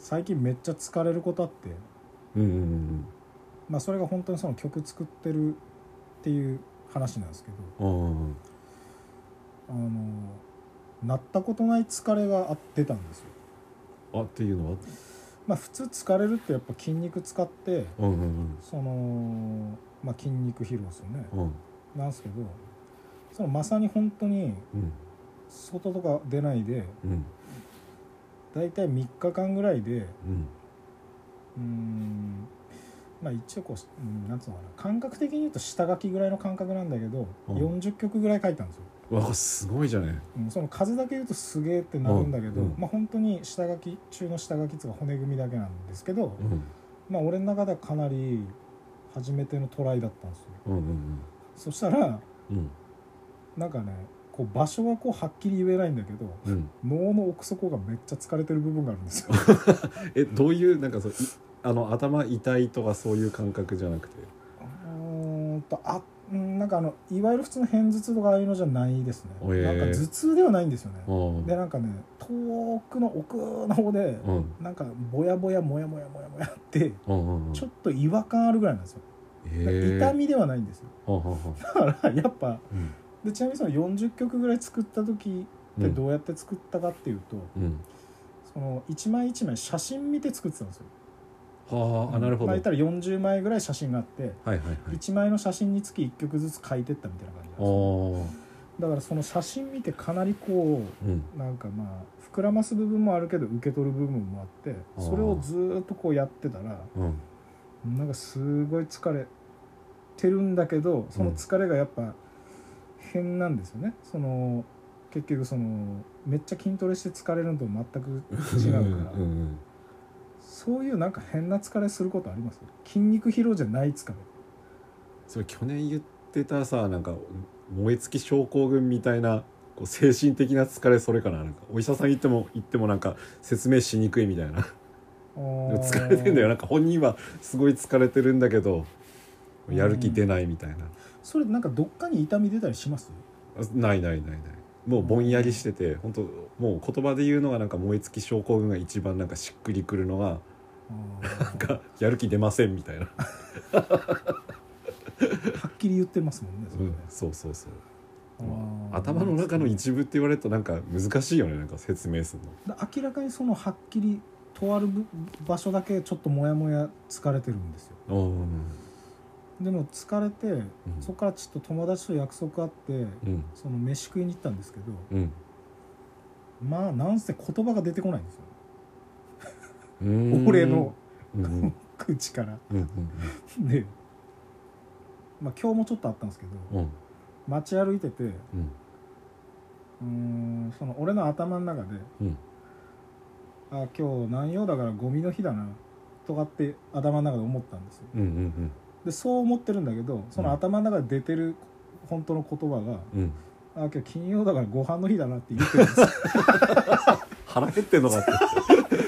最近めっちゃ疲れることあって、まあそれが本当にその曲作ってるっていう話なんですけど、なったことない疲れが出たんですよ。 っていうのは、 まあ普通疲れるってやっぱ筋肉使って、そのまあ筋肉疲労ですよね、なんですけど、そのまさに本当に外とか出ないで、だいたい3日間ぐらいで、まあ一応こう、なんつうのかな、感覚的に言うと下書きぐらいの感覚なんだけど、40曲ぐらい書いたんですよ。 わあすごいじゃね。 その数だけ言うとすげえってなるんだけど、まあ本当に下書き中の下書きっていうか骨組みだけなんですけど、まあ俺の中ではかなり初めてのトライだったんですよ。そしたら、なんかね、こう場所はこうはっきり言えないんだけど、脳の奥底がめっちゃ疲れてる部分があるんですよ。 どういうなんか頭痛いとかそういう感覚じゃなくて、 なんかいわゆる普通の片頭痛とかああいうのじゃないですね。なんか頭痛ではないんですよね。でなんかね、遠くの奥の方で、なんかぼやぼやもやもやもやもやって、ちょっと違和感あるぐらいなんですよ。痛みではないんですよ。だからやっぱ、でちなみにその40曲ぐらい作った時ってどうやって作ったかっていうと、その一枚一枚写真見て作ってたんですよ。 なるほど。 まあ言ったら40枚ぐらい写真があって、1枚の写真につき1曲ずつ書いてったみたいな感じなんですよ。だからその写真見てかなりこう、なんかまあ膨らます部分もあるけど受け取る部分もあって、それをずっとこうやってたら、なんかすごい疲れてるんだけど、その疲れがやっぱ変なんですよね。その結局そのめっちゃ筋トレして疲れるのと全く違うからそういうなんか変な疲れすることあります？筋肉疲労じゃない疲れ。 それ去年言ってたさ、なんか燃え尽き症候群みたいなこう精神的な疲れ、それかな。なんかお医者さん行ってもなんか説明しにくいみたいな。でも疲れてんだよ。なんか本人はすごい疲れてるんだけどやる気出ないみたいな。 それなんかどっかに痛み出たりします？ ない。もうぼんやりしてて、本当もう言葉で言うのがなんか燃え尽き症候群が一番なんかしっくりくるのが、なんかやる気出ませんみたいな。 はっきり言ってますもんね。それね。 そう頭の中の一部って言われるとなんか難しいよね、なんか説明するの。明らかにそのはっきりとある場所だけちょっとモヤモヤ疲れてるんですよ。でも疲れて、そこからちょっと友達と約束あって、その飯食いに行ったんですけど、まあなんせ言葉が出てこないんですよ。俺の口から。で、まあ今日もちょっとあったんですけど、街歩いてて、その俺の頭の中で、今日何曜だからゴミの日だなとかって頭の中で思ったんですよ。でそう思ってるんだけど、その頭の中で出てる本当の言葉が、今日金曜だからご飯の日だなって言ってるんですよ。 腹減ってんのかって。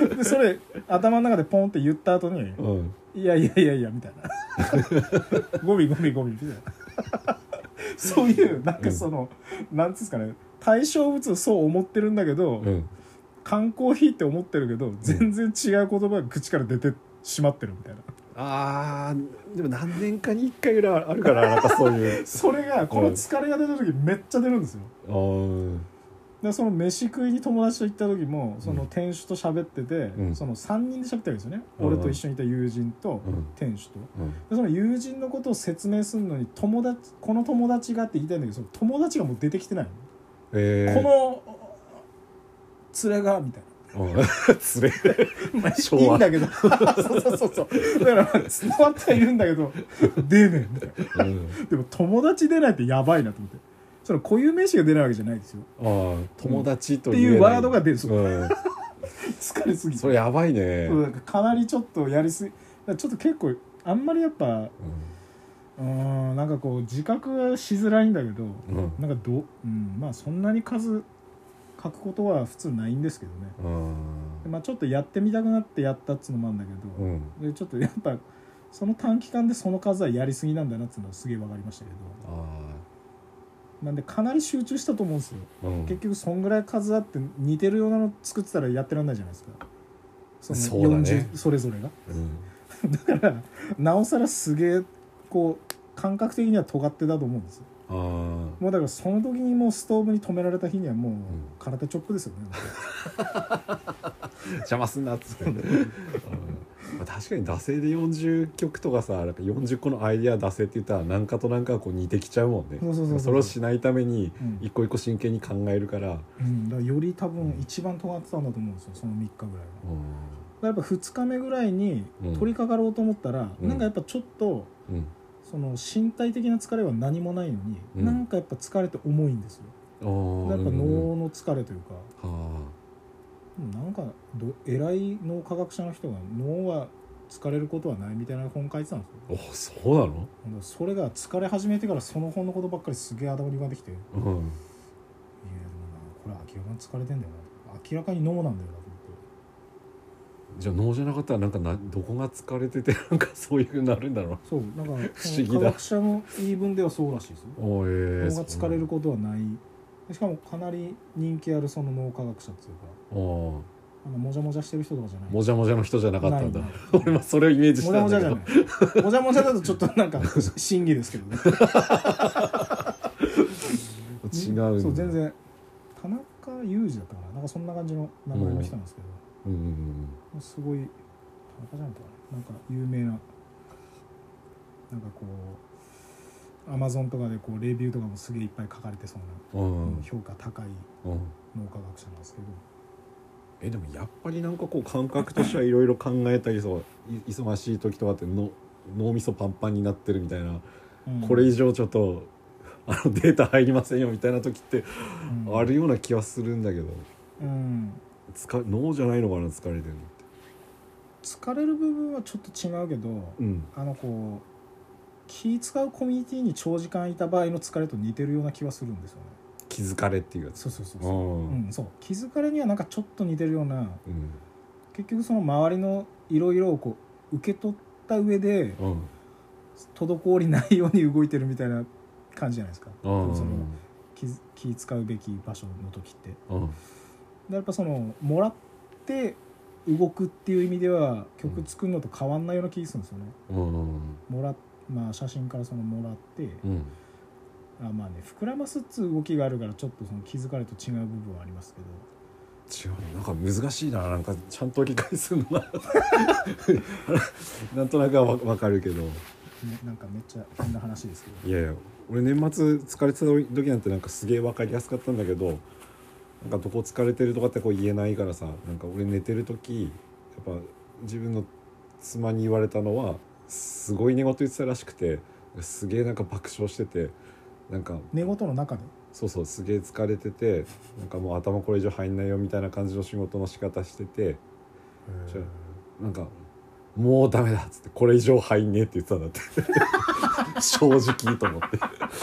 でそれ頭の中でポンって言った後に、いやみたいなゴミみたいなそういうなんかその、なんつうんですかね、対象物をそう思ってるんだけど、缶コーヒーって思ってるけど全然違う言葉が口から出てしまってるみたいな。 でも何年かに1回ぐらいあるから、なんかそういうそれがこの疲れが出た時めっちゃ出るんですよ。でその飯食いに友達と行った時も、その店主と喋ってて、その3人で喋ってるんですよね。俺と一緒にいた友人と店主と、でその友人のことを説明するのにこの友達がって言いたいんだけど、その友達がもう出てきてないの、この連れがみたいな。連れまあいいんだけどそうだから伝わってはいるんだけど出ねえみたいな、でも友達出ないってやばいなと思って、その固有名詞が出ないわけじゃないですよ。 友達とっていうワードが出る。疲れすぎてそれやばいね。 かなりちょっとやりすぎ、ちょっと結構あんまりやっぱなんかこう自覚はしづらいんだけど、なんかまあそんなに数書くことは普通ないんですけどね。まあちょっとやってみたくなってやったっつうのもあるんだけど、でちょっとやっぱその短期間でその数はやりすぎなんだなっつうのはすげえ分かりましたけど、なんでかなり集中したと思うんですよ。結局そんぐらい数あって似てるようなの作ってたらやってらんないじゃないですか。 そのそうだね 40それぞれが、だからなおさらすげえこう感覚的には尖ってたと思うんですよ。もうだからその時にもうストーブに止められた日にはもう空手チョップですよね、 邪魔すんなっつって確かに惰性で40曲とかさ、なんか40個のアイディア惰性って言ったら何かとなんかこう似てきちゃうもんね。それをしないために一個一個真剣に考えるから、 だからより多分一番尖ってたんだと思うんですよ、その3日ぐらいは。やっぱ2日目ぐらいに取り掛かろうと思ったら、なんかやっぱちょっと、その身体的な疲れは何もないのに、なんかやっぱ疲れて重いんですよ。やっぱ脳の疲れというか、なんか偉い脳科学者の人が脳は疲れることはないみたいな本書いてたんですよ。 そうなの？ それが疲れ始めてからその本のことばっかりすげえ頭に浮かんできて、いやでもな、これ明らかに疲れてんだよな、明らかに脳なんだよなと思って。 じゃあ脳じゃなかったらなんかどこが疲れててなんかそういう風になるんだろう。 そう、なんか不思議だ。 科学者の言い分ではそうらしいですよ。脳が疲れることはない。しかもかなり人気あるその脳科学者っていうか、もじゃもじゃしてる人とかじゃない、 もじゃもじゃの人じゃなかったんだ。俺もそれをイメージしたんだけど、 もじゃもじゃじゃないもじゃもじゃだとちょっとなんか審議ですけどね違うんだ。 そう、全然田中裕二だったかな、なんかそんな感じの名前の人なんですけど、すごい田中じゃないかな、なんか有名な、なんかこうアマゾンとかでこうレビューとかもすげえいっぱい書かれてそうな、評価高い脳科学者なんですけど、 でもやっぱりなんかこう感覚としてはいろいろ考えたり忙しい時とかって脳みそパンパンになってるみたいな、これ以上ちょっとデータ入りませんよみたいな時ってあるような気はするんだけど、脳じゃないのかな、疲れてるのって。 疲れる部分はちょっと違うけど、こう気使うコミュニティに長時間いた場合の疲れと似てるような気はするんですよね。 気づかれっていうやつ。 そう、そう気づかれにはなんかちょっと似てるような、結局その周りのいろいろをこう受け取った上で、滞りないように動いてるみたいな感じじゃないですか、その気使うべき場所の時って、でやっぱそのもらって動くっていう意味では曲作るのと変わんないような気がするんですよね。写真からそのもらって、膨らますっつう動きがあるからちょっとその気づかれと違う部分はありますけど。 違う、なんか難しいな、なんかちゃんと理解するのがなんとなくは分かるけど、 なんかめっちゃ変な話ですけど、 いやいや、俺年末疲れてた時なんてなんかすげえ分かりやすかったんだけど、なんかどこ疲れてるとかってこう言えないからさ、なんか俺寝てる時やっぱ自分の妻に言われたのはすごい寝言言ってたらしくて、すげえなんか爆笑してて、なんか寝言の中で、 そうすげえ疲れてて、なんかもう頭これ以上入んないよみたいな感じの仕事の仕方してて、なんかもうダメだっつって、これ以上入んねえって言ってたんだって正直と思って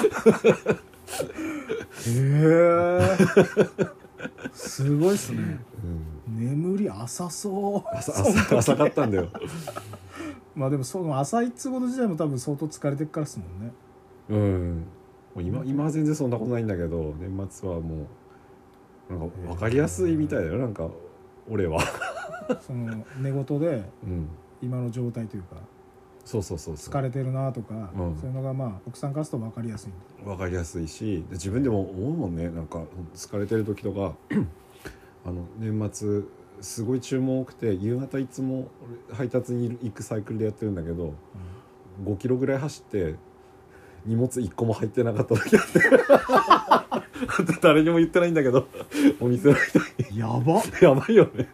すごいっすね、眠り浅そう浅かったんだよでもその浅いっつうこと自体も多分相当疲れてるからっすもんね。 もう今は全然そんなことないんだけど、年末はもうなんか分かりやすいみたいだよ、なんか俺はその寝言で今の状態というか、 そう疲れてるなとか、そういうのが奥さんからすると分かりやすいし、自分でも思うもんね、なんか疲れてる時とか年末すごい注文多くて、夕方いつも配達に行くサイクルでやってるんだけど、5キロぐらい走って荷物1個も入ってなかった時あって誰にも言ってないんだけどお店の人にやばいよね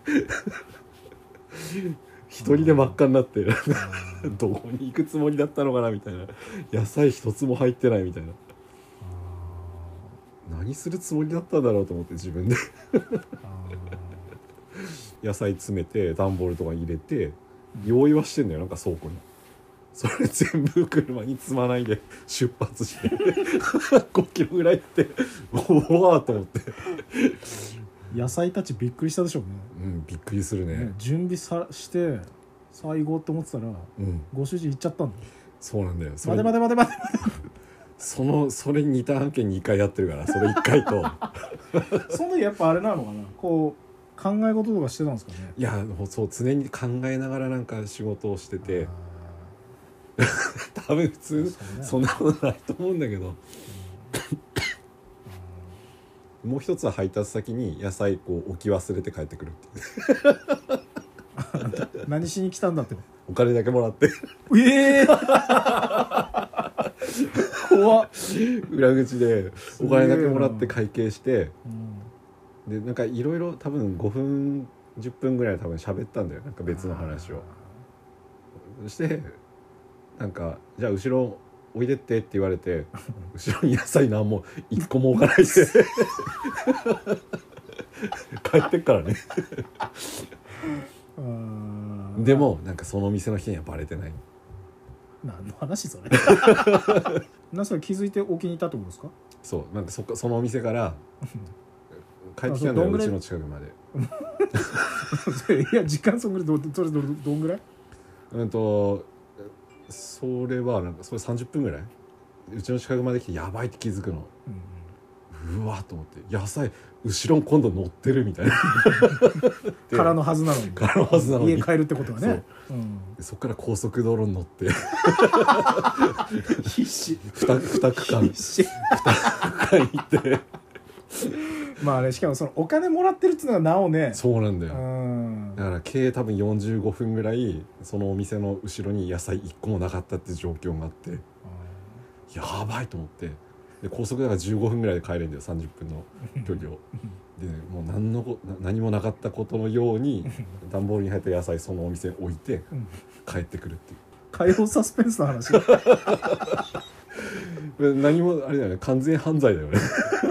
一人で真っ赤になってどこに行くつもりだったのかなみたいな、野菜一つも入ってないみたいな、何するつもりだったんだろうと思って自分で野菜詰めて段ボールとか入れて用意はしてんだよ、なんか倉庫に。それ全部車に積まないで出発して5キロぐらいっておわーと思って野菜たちびっくりしたでしょうね。 びっくりするね。 準備して最後って思ってたら、ご主人行っちゃったんだ。 そうなんだよ。 待てそれに似た案件2回やってるから、それ1回とその時やっぱあれなのかな、こう考え事とかしてたんですかね。 いやそう常に考えながらなんか仕事をしてて多分普通そんなことないと思うんだけどもう一つは配達先に野菜こう置き忘れて帰ってくるっていう何しに来たんだってお金だけもらって怖っ裏口でお金だけもらって会計して、でなんかいろいろ多分5分10分ぐらい多分喋ったんだよ、なんか別の話を。そしてなんかじゃあ後ろおいでってって言われて後ろに野菜何も一個も置かないで帰ってっからねでもなんかその店の人にはバレてない。 何の話それそれ気づいておきにいたってことですか。 そうなんかそのお店から帰ってきたんだよ、うちの近くまでいや時間そんぐらいそれどんぐらい。 それはなんかそれ30分ぐらいうちの近くまで来てやばいって気づくの、うわと思って野菜後ろに今度乗ってるみたいな空のはずなのに家帰るってことはね。 そっから高速道路に乗って必死 2区間行ってまあね、しかもそのお金もらってるっていうのがなおね。 そうなんだよ、だから計多分45分ぐらいそのお店の後ろに野菜1個もなかったって状況があって、やばいと思って、で高速だから15分ぐらいで帰れるんだよ、30分の距離をで、もう何もなかったことのように段ボールに入った野菜そのお店に置いて帰ってくるっていう火曜サスペンスの話何もあれだよね、完全犯罪だよね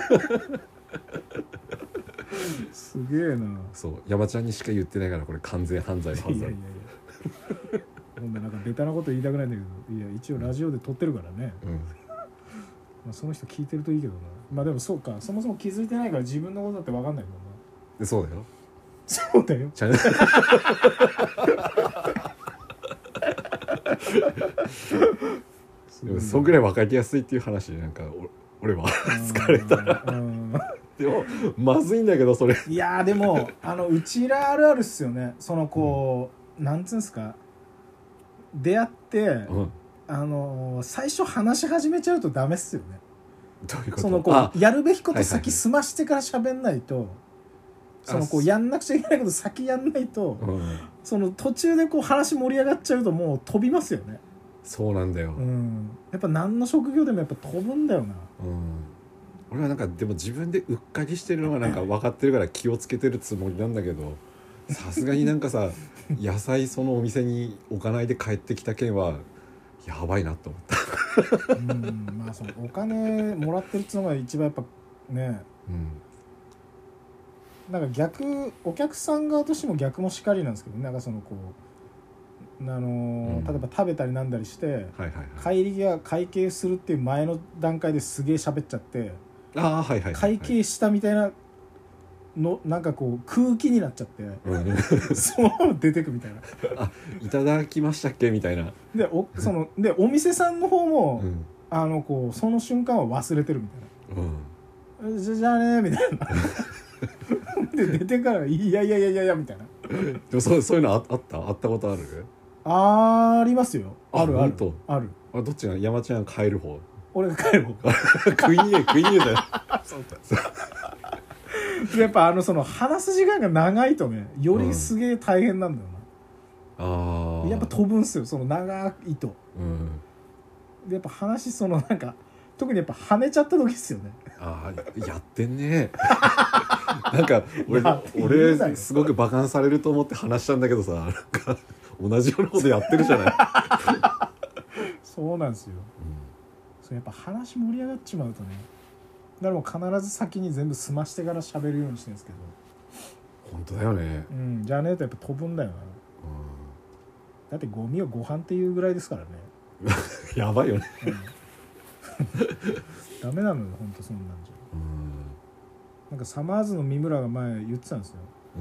すげえな。 そう山ちゃんにしか言ってないからこれ完全犯罪のはずだ。 いやなんかベタなこと言いたくないんだけど、いや一応ラジオで撮ってるからね、まあ、その人聞いてるといいけどな。まあでもそうか、そもそも気づいてないから自分のことだって分かんないもんな。 でそうだよそうだよでもそんぐらい分かりやすいっていう話でなんか俺は疲れたらでもまずいんだけどそれ。 いやでもうちらあるあるっすよね。そのこう、なんつうんすか、出会って、最初話し始めちゃうとダメっすよね。 どういうこと？ そのこうやるべきこと先済ましてから喋んないと、そのこうやんなくちゃいけないこと先やんないと、その途中でこう話盛り上がっちゃうともう飛びますよね。 そうなんだよ、 やっぱ何の職業でもやっぱ飛ぶんだよな。 俺はなんかでも自分でうっかりしてるのがなんか分かってるから気をつけてるつもりなんだけど、さすがになんかさ野菜そのお店に置かないで帰ってきた件はやばいなと思ったまあそのお金もらってるっつうのが一番やっぱね、なんかお客さん側としても逆もしかりなんですけど、なんかそのこう例えば食べたりなんだりして、帰り際会計するっていう前の段階ですげえ喋っちゃって、会計したみたいなのなんかこう空気になっちゃって、そのまま出てくみたいな。 いただきましたっけみたいな。 でお店さんの方も、こうその瞬間は忘れてるみたいな、じゃあねみたいなで出てからいやみたいな。 でもそういうのあったことある？ ありますよ。ある。 どっちが山ちゃんが帰る方？ 俺が帰る方か食い逃げだよそうだやっぱその話す時間が長いとね、よりすげえ大変なんだよな、やっぱ飛ぶんすよ、その長いと、でやっぱ話なんか特にやっぱ跳ねちゃった時っすよね。 やってんねなんか俺すごくバカンされると思って話したんだけどさ、なんか同じようなことやってるじゃないそうなんですよ、そうやっぱ話盛り上がっちまうとね、だからもう必ず先に全部済ましてから喋るようにしてるんですけど。 本当だよね、 じゃあねえとやっぱ飛ぶんだよな、だってゴミをご飯っていうぐらいですからねやばいよね、 ダメなのよほんとそんなんじゃ。なんかサマーズの三村が前言ってたんですよ、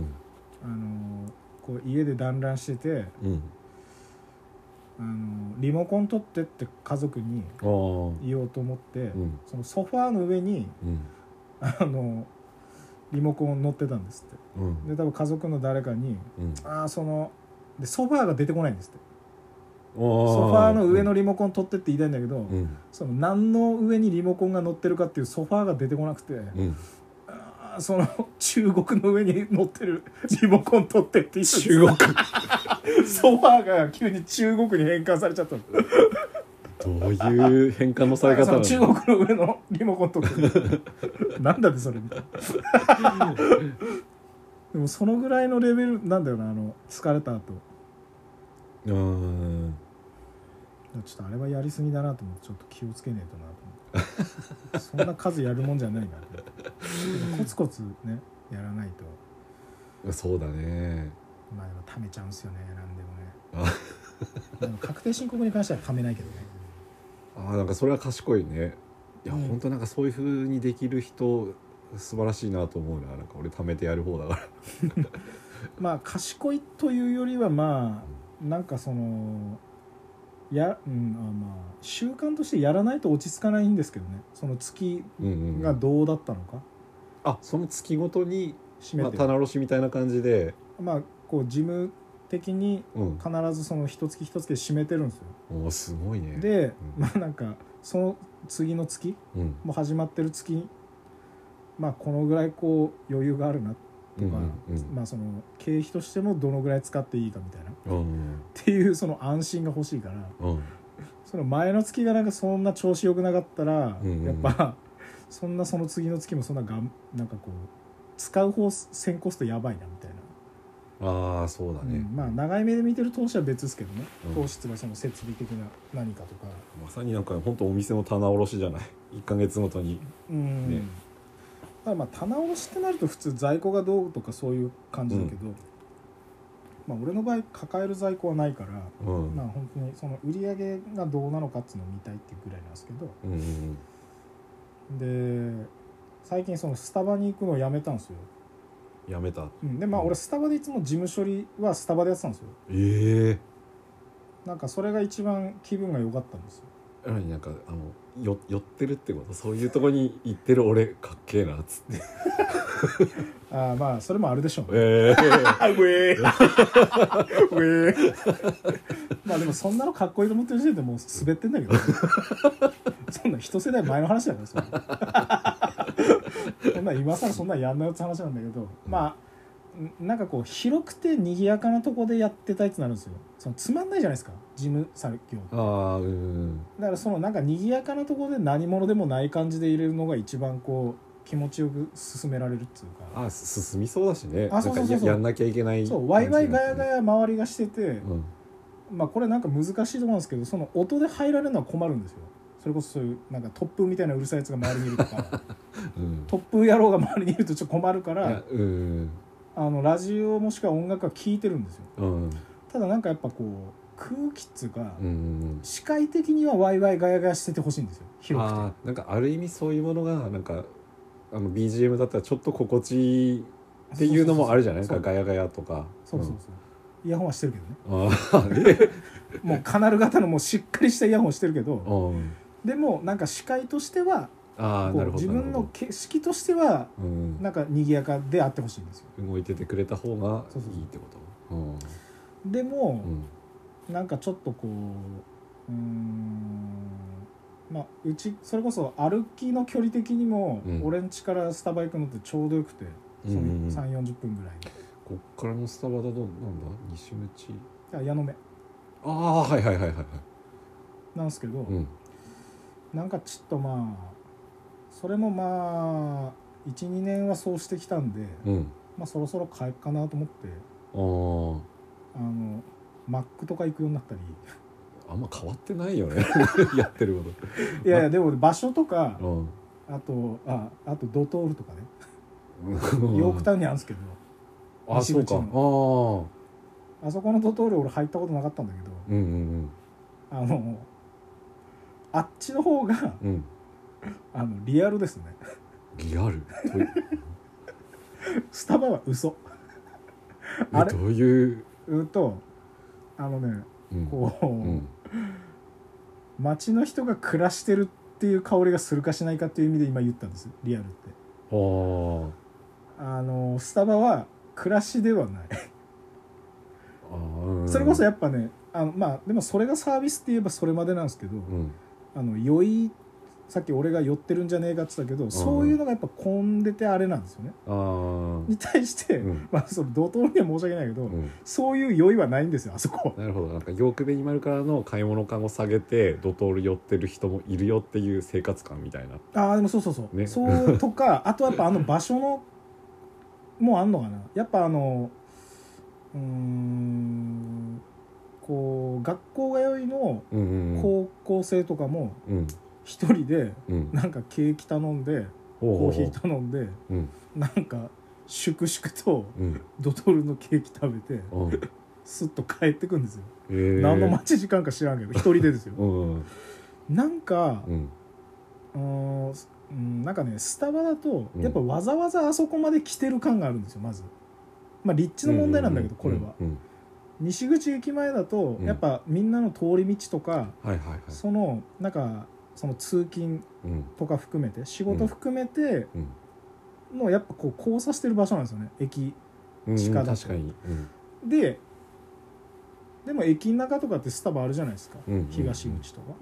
こう家で団らんしてて、リモコン取ってって家族に言おうと思って、そのソファーの上に、 リモコン乗ってたんですって、 うん、 で多分家族の誰かに、 うん、 でソファーが出てこないんですって。 ソソファーの上のリモコン取ってって言いたいんだけど、 うん、 その何の上にリモコンが乗ってるかっていうソファーが出てこなくて、 うん、 その中国の上に乗ってるリモコン取ってって言って中国ソファーが急に中国に変換されちゃったの。 どういう変換のされ方なの？ 中国の上のリモコン取ってなんだってそれみたいなでもそのぐらいのレベルなんだよな、疲れた後。ちょっとあれはやりすぎだなと思って、ちょっと気をつけねえとなと思ってそんな数やるもんじゃないなコツコツねやらないと。 そうだね。 まあでも貯めちゃうんすよね、なんでもねでも確定申告に関しては貯めないけどね。 なんかそれは賢いね。いや、本当なんかそういう風にできる人素晴らしいなと思うな。なんか俺貯めてやる方だからまあ賢いというよりはまあなんかそのまあ習慣としてやらないと落ち着かないんですけどね。その月がどうだったのか、 その月ごとに締めて、 棚卸しみたいな感じでこう事務的に必ずその一月一月で締めてるんですよ、 すごいね。 で、なんかその次の月、もう始まってる月、このぐらいこう余裕があるなとか、その経費としてもどのぐらい使っていいかみたいな、っていうその安心が欲しいから、その前の月がなんかそんな調子良くなかったら、やっぱその次の月もなんかこう使う方先コストやばいなみたいな。 そうだね、 長い目で見てる投資は別ですけどね、投資がその設備的な何かとか、 まさになんか本当お店の棚卸しじゃない。1ヶ月ごとにね。だから棚卸しってなると普通在庫がどうとかそういう感じだけど、俺の場合抱える在庫はないから、本当にその売り上げがどうなのかっていうのを見たいっていうぐらいなんですけど、で最近そのスタバに行くのをやめたんですよ。 やめた。 で俺スタバでいつも事務処理はスタバでやってたんですよ。なんかそれが一番気分が良かったんですよ。 なんか寄ってるってこと、そういうとこに行ってる俺かっけえなっつってそれもあるでしょうね。でもそんなのかっこいいと思ってる時点でもう滑ってんだけど、そんな一世代前の話だからそんな今更そんなやんなよって話なんだけど、なんかこう広くて賑やかなとこでやってたいってなるんですよ。そのつまんないじゃないですか、事務作業。だからそのなんか賑やかなとこで何者でもない感じで入れるのが一番こう気持ちよく進められるっていうか、 進みそうだしね。 そうやんなきゃいけない。 ワイワイガヤガヤ周りがしてて、これなんか難しいところなんですけど、その音で入られるのは困るんですよ。それこそそういうなんか突風みたいなうるさいやつが周りにいるとか、突風野郎が周りにいるとちょっと困るから、ラジオもしくは音楽は聴いてるんですよ。ただなんかやっぱこう空気っつうか、視界的にはワイワイガヤガヤしててほしいんですよ、広くて。 なんかある意味そういうものがなんかBGM だったらちょっと心地いいっていうのもあるじゃないですか。ガヤガヤとか。 イヤホンはしてるけどねもうカナル型のもうしっかりしたイヤホンしてるけど、でもなんか視界としては自分の景色としてはなんか賑やかであってほしいんですよ。 動いててくれた方がいいってこと。 でも、なんかちょっとこううちそれこそ歩きの距離的にも、俺ん家からスタバ行くのってちょうどよくて、3、40分ぐらい。 こっからのスタバだとなんだ、西口、 矢野目。なんですけど、なんかちょっとそれも1、2年はそうしてきたんで、そろそろ変えっかなと思って、マックとか行くようになったり。 あんま変わってないよねやってること。 いやでも場所とか、あとドトールとかねヨークタウンにあるんですけど、西口のあそこのドトール俺入ったことなかったんだけど、あっちの方が、リアルですね。 リアルスタバは嘘あれどういうこう、街の人が暮らしてるっていう香りがするかしないかっていう意味で今言ったんです、リアルって。 スタバは暮らしではないそれこそやっぱねまあでもそれがサービスって言えばそれまでなんですけど、酔いさっき俺が寄ってるんじゃねえかって言ったけど、そういうのがやっぱ混んでてあれなんですよね。に対して、まあそのドトールには申し訳ないけど、そういう酔いはないんですよあそこ。 なるほど。なんかヨークベニマルからの買い物カゴ下げてドトール寄ってる人もいるよっていう生活感みたいな。 でもそうそうそう、ね、そうとかあとやっぱ場所のもうあんのかな。やっぱこう学校通いの高校生とかも一人でなんかケーキ頼んで、コーヒー頼んで、なんか粛々とドトールのケーキ食べてスッと帰ってくんですよ。何の待ち時間か知らんけど一人でですよ。なんかなんかねスタバだとやっぱわざわざあそこまで来てる感があるんですよ。まずまあ立地の問題なんだけど、これは西口駅前だとやっぱみんなの通り道とか、そのなんかその通勤とか含めて、仕事含めてのやっぱこう交差してる場所なんですよね、駅地下だと。 確かに、 でも駅の中とかってスタバあるじゃないですか、東口とか、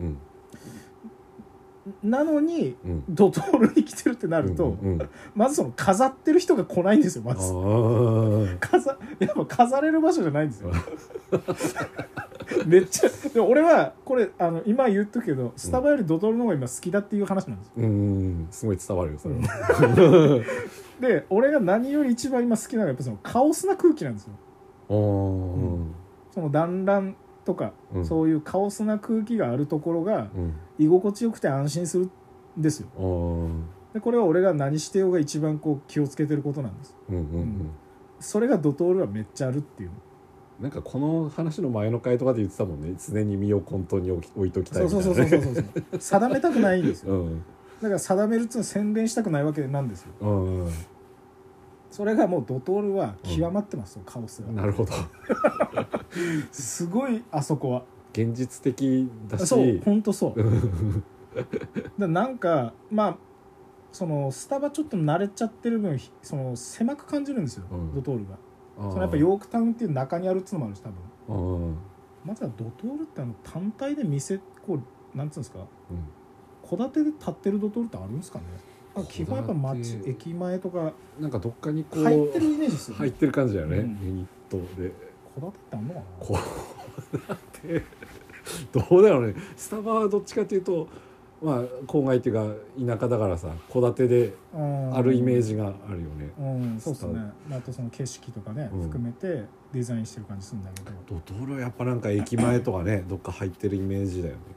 なのに、ドトールに来てるってなると、まずその飾ってる人が来ないんですよ。まずやっぱ飾れる場所じゃないんですよめっちゃでも俺はこれ今言っとくけど、スタバよりドトールの方が今好きだっていう話なんですよ。 すごい伝わるよそれは、 で俺が何より一番今好きなのはやっぱそのカオスな空気なんですよ。その団らんとか、そういうカオスな空気があるところが居心地よくて安心するんですよ。でこれは俺が何してようが一番こう気をつけてることなんです。それがドトールはめっちゃあるっていう。 なんかこの話の前の回とかで言ってたもんね、常に身を混沌に置いときたいみたいな。 そう定めたくないんですよ、だから定めるっていうのは洗練したくないわけなんですよ。それがもうドトールは極まってますよ、カオスが。 なるほどすごいあそこは現実的だし、 そう本当そうなんかまあそのスタバちょっと慣れちゃってる分その狭く感じるんですよ、ドトールが。そのやっぱヨークタウンっていう中にあるっていうのもあるし、多分まずはドトールって単体で店こうなんつうんですか、戸建てで建ってるドトールってあるんですかね。基本やっぱ駅前とかなんかどっかにこう入ってるイメージですよね。 入ってる感じだよね、ユニットで。 戸建てってあんのかな。 戸建てどうだろうね。スタバはどっちかっていうとまあ郊外っていうか田舎だからさ、戸建てであるイメージがあるよね。 そうですね。あとその景色とかね、含めてデザインしてる感じするんだけど、 ドトールはやっぱなんか駅前とかねどっか入ってるイメージだよね。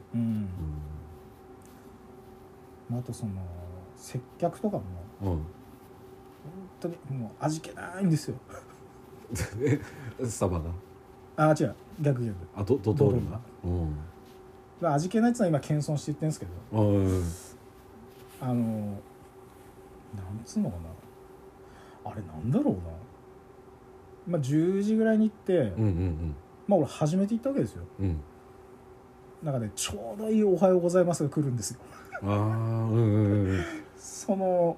あとその接客とかも本当にもう味気ないんですよスタバが違う逆ドトールが味気ないってのは今謙遜して言ってるんですけど、なんつうのかな、あれなんだろうな、まあ10時ぐらいに行って、まあ俺初めて行ったわけですよ。なんかねちょうどいいおはようございますが来るんですよその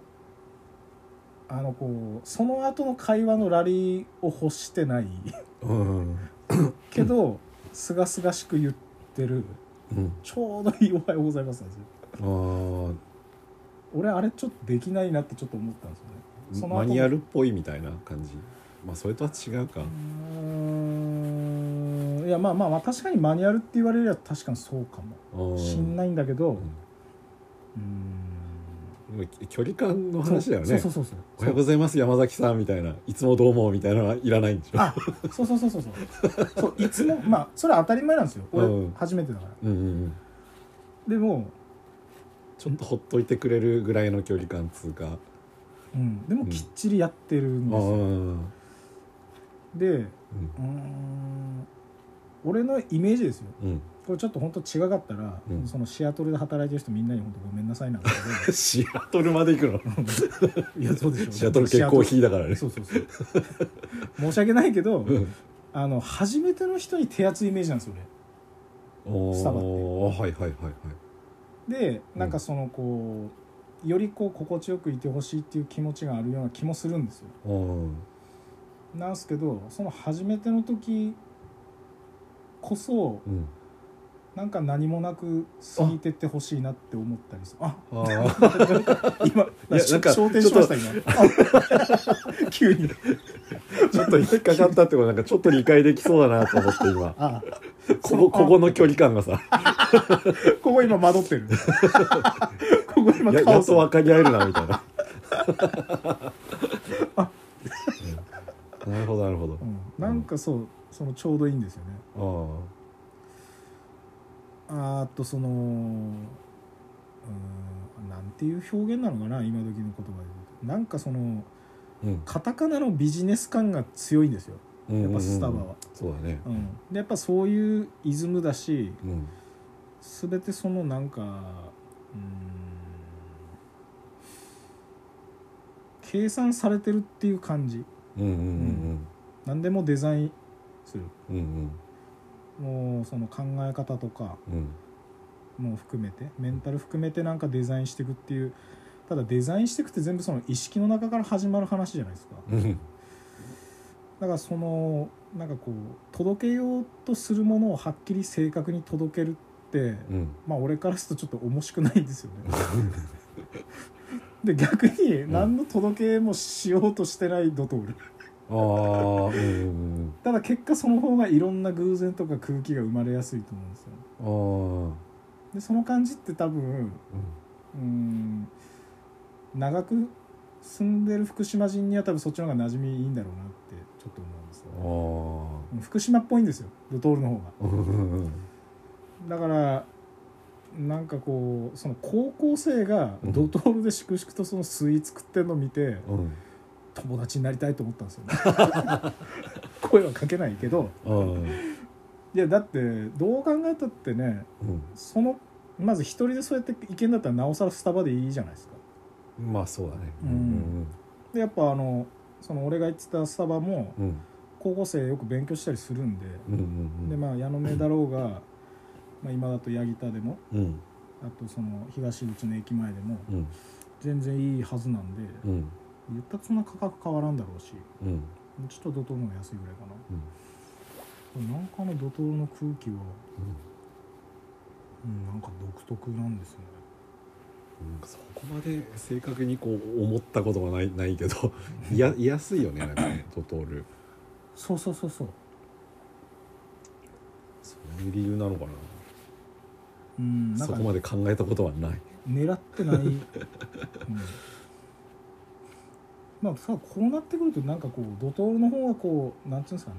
こうその後の会話のラリーを欲してないけどすがすがしく言ってる、ちょうどいいおはようございますなんですよ。俺あれちょっとできないなってちょっと思ったんですよね。そのマニュアルっぽいみたいな感じ。まあそれとは違うか。 いやまあ確かにマニュアルって言われれば確かにそうかもしんないんだけど、 距離感の話だよね。 そうおはようございます山崎さんみたいな、いつもどうもみたいなのはいらないんでしょ。そういつもまあそれは当たり前なんですよ。俺初めてだから。でもちょっとほっといてくれるぐらいの距離感つうか、 でもきっちりやってるんですよ。で、俺のイメージですよ、これちょっと本当違かったら、そのシアトルで働いてる人みんなに本当ごめんなさいなんだけどシアトルまで行くのいやそうでしょう、 シアトル結構火だからね。 そう申し訳ないけど、初めての人に手厚いイメージなんですよね、スタバって。でなんかそのこうよりこう心地よくいてほしいっていう気持ちがあるような気もするんですよ。なんすけどその初めての時こそ、なんか何もなく過ぎてってほしいなって思ったりする。今なんか焦点しました今急にちょっと引っかかったってことなんかちょっと理解できそうだなと思って今ここの距離感がさここ今惑ってるここ今やっと分かり合えるなみたいななるほどなるほど、 なんかそのちょうどいいんですよね。あとそのなんていう表現なのかな、今時の言葉で言うとなんかその、カタカナのビジネス感が強いんですよやっぱスタバは。 そうだね、 でやっぱそういうイズムだし、全てそのなんか計算されてるっていう感じ。何でもデザインする、もうその考え方とか、もう含めてメンタル含めてなんかデザインしていくっていう。ただデザインしていくって全部その意識の中から始まる話じゃないですか。だからそのなんかこう届けようとするものをはっきり正確に届けるって、まあ俺からするとちょっと面白くないんですよねで逆に何の届けもしようとしてないドトールただ結果その方がいろんな偶然とか空気が生まれやすいと思うんですよ。でその感じって多分、長く住んでる福島人には多分そっちの方が馴染みいいんだろうなってちょっと思うんですよ。福島っぽいんですよドトールの方がだからなんかこうその高校生がドトールで粛々とそのスイーツ食ってるのを見て、友達になりたいと思ったんですよね声はかけないけどいやだってどう考えたってね、そのまず一人でそうやって行けんだったらなおさらスタバでいいじゃないですか。 まあそうだね、 でやっぱその俺が行ってたスタバも、高校生よく勉強したりするんで、でまあ矢野目だろうが、まあ、今だと八木田でも、あとその東口の駅前でも、全然いいはずなんで、言ったらそんな価格変わらんだろうし、ちょっとドトールの方が安いぐらいかな、なんかドトールの空気は、なんか独特なんですよね。 そこまで正確にこう思ったことがないけど居やすいよねなんかねドトール。 そうそういう理由なのかな。なんかそこまで考えたことはない。 狙ってない、まあさこうなってくるとなんかこうドトールの方がこうなんていうんですかね、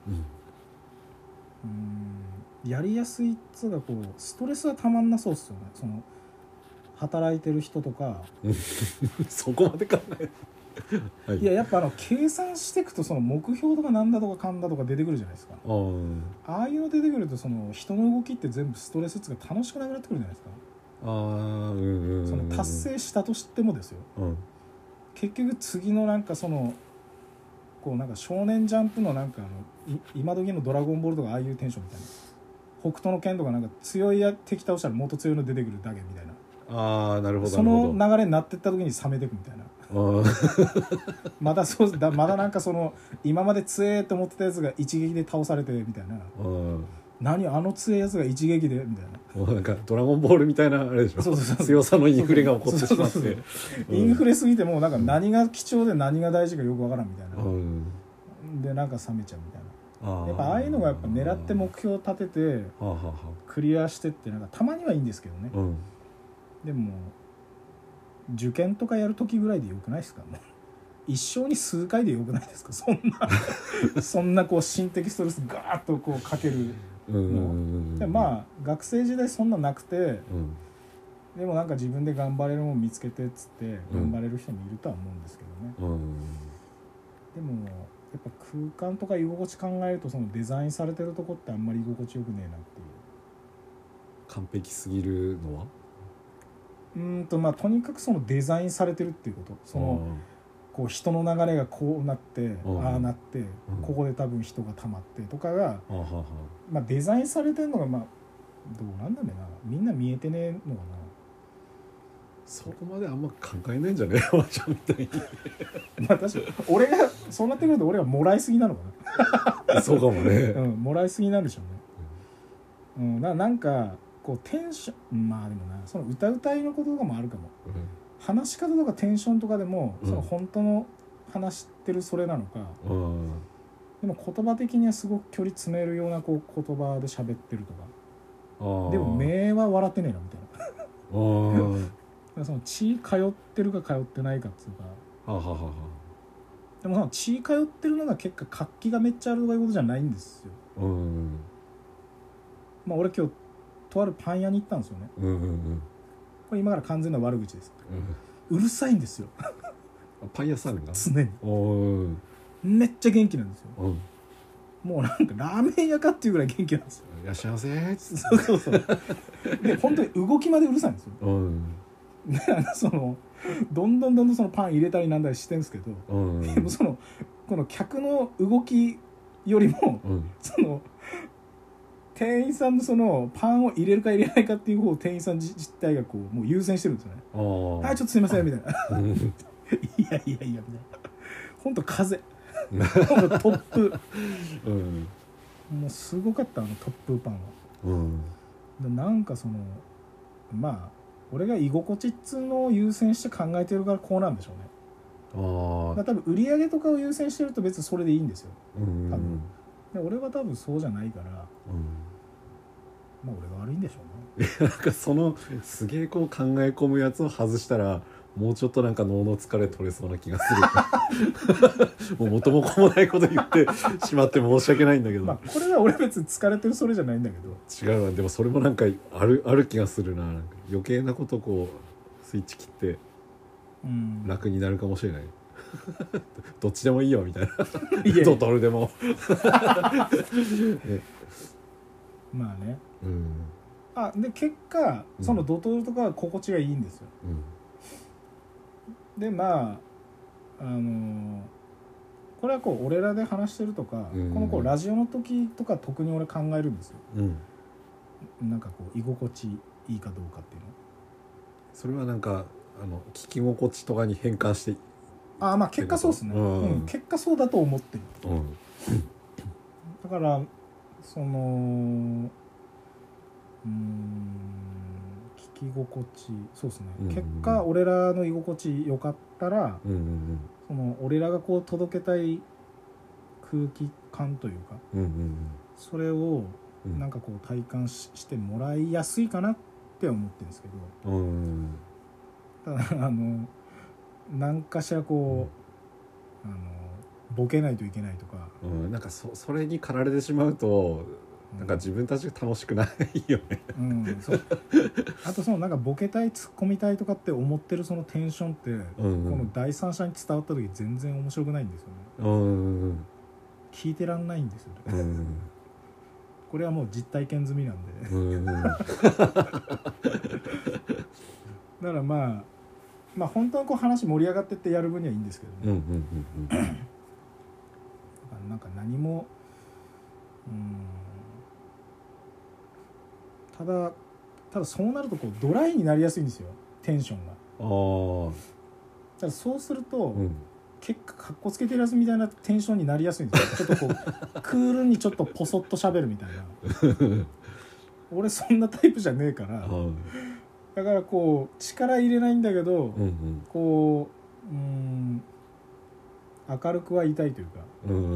やりやすいっつうかこうストレスはたまんなそうですよね。その働いてる人とかそこまで考えるいややっぱ計算していくとその目標とかなんだとかかんだとか出てくるじゃないですか。ああいうの出てくるとその人の動きって全部ストレスっていうか楽しくなくなってくるじゃないですか。その達成したとしてもですよ、結局次のなんかそのこうなんか少年ジャンプのなんか今時のドラゴンボールとかああいうテンションみたいな、北斗の拳とかなんか強い敵倒したらもっと強いの出てくるだけみたいな。 なるほど。 その流れになってった時に冷めていくみたいなまだなんかその今まで強えと思ってたやつが一撃で倒されてみたいな、何強いやつが一撃でみたいな、 なんかドラゴンボールみたいなあれでしょ。強さのインフレが起こってしまってインフレすぎてもうなんか何が貴重で何が大事かよくわからんみたいな、でなんか冷めちゃうみたいな。やっぱああいうのがやっぱ狙って目標を立ててクリアしてってなんかたまにはいいんですけどね、でも受験とかやる時ぐらいでよくないですか。もう一生に数回でよくないですか。そんなこう心的ストレスガーッとこうかけるの。まあ学生時代そんななくて、でもなんか自分で頑張れるもの見つけてっつって頑張れる人もいるとは思うんですけどね、でもやっぱ空間とか居心地考えるとそのデザインされてるとこってあんまり居心地よくねえなっていう。 完璧すぎるのはまあとにかくそのデザインされてるっていうこと、そのこう人の流れがこうなってああなってここで多分人が溜まってとかがまあデザインされてるのがまあどうなんだろうな、みんな見えてねえのかな。 そこまであんま考えないんじゃねえよちゃんみたいにまあ確かに俺がそうなってくると俺はもらいすぎなのかなそうかもね、 もらいすぎなんでしょうね。なんかこうテンション、まあでもなその歌うたいのこととかもあるかも、話し方とかテンションとかでも、その本当の話してるそれなのか、でも言葉的にはすごく距離詰めるようなこう言葉で喋ってるとか、でも目は笑ってねえなみたいなその血通ってるか通ってないかっていうか、でもその血通ってるのが結果活気がめっちゃあるとかいうことじゃないんですよ。まあ俺今日とあるパン屋に行ったんですよね、これ今から完全な悪口です、うるさいんですよパン屋さんが常にめっちゃ元気なんですよ、もうなんかラーメン屋かっていうぐらい元気なんですよ。 いらっしゃいませーそうで本当に動きまでうるさいんですよ、でそのどんどんそのパン入れたりなんだりしてるんですけど、でもこの客の動きよりも、その店員さんのそのパンを入れるか入れないかっていう方を店員さん自体がこうもう優先してるんですよね。ちょっとすいませんみたいないやみたいな、ほんと風ほんとトップ、もうすごかったトップパンは、でなんかそのまあ俺が居心地っつうのを優先して考えてるからこうなんでしょうね。多分売り上げとかを優先してると別にそれでいいんですよ、多分。で俺は多分そうじゃないから、まあ俺が悪いんでしょうね。 なんかそのすげえこう考え込むやつを外したらもうちょっとなんか脳の疲れ取れそうな気がするもう元も子もないこと言ってしまって申し訳ないんだけど、 まあこれは俺別に疲れてるそれじゃないんだけど、違うわ。でもそれもなんかある気がするな。なんか余計なことこうスイッチ切って楽になるかもしれないどっちでもいいよみたいなどれでもまあね、で結果そのドトールとかは心地がいいんですよ、でまあこれはこう俺らで話してるとか、このこうラジオの時とか特に俺考えるんですよ、なんかこう居心地いいかどうかっていうの。 それはなんか聞き心地とかに変換してまあ結果そうですね、結果そうだと思ってる、だからその聞き心地そうですね、結果俺らの居心地良かったら、その俺らがこう届けたい空気感というか、それをなんかこう体感してもらいやすいかなって思ってるんですけど、ただ何かしらこう、ボケないといけないとか、 なんかそれに駆られてしまうとなんか自分たちが楽しくないよねそうあとそのなんかボケたい突っ込みたいとかって思ってるそのテンションって、この第三者に伝わった時全然面白くないんですよね、聞いてらんないんですよね、これはもう実体験済みなんでだからまあ本当にこう話盛り上がってってやる分にはいいんですけどね、なんか何もただそうなるとこうドライになりやすいんですよ、テンションが。だからそうすると、結果かっこつけてるやつみたいなテンションになりやすいんですよ。ちょっとこうクールにちょっとポソッと喋るみたいな俺そんなタイプじゃねえから、だからこう力入れないんだけど、こう明るくはいたいというか、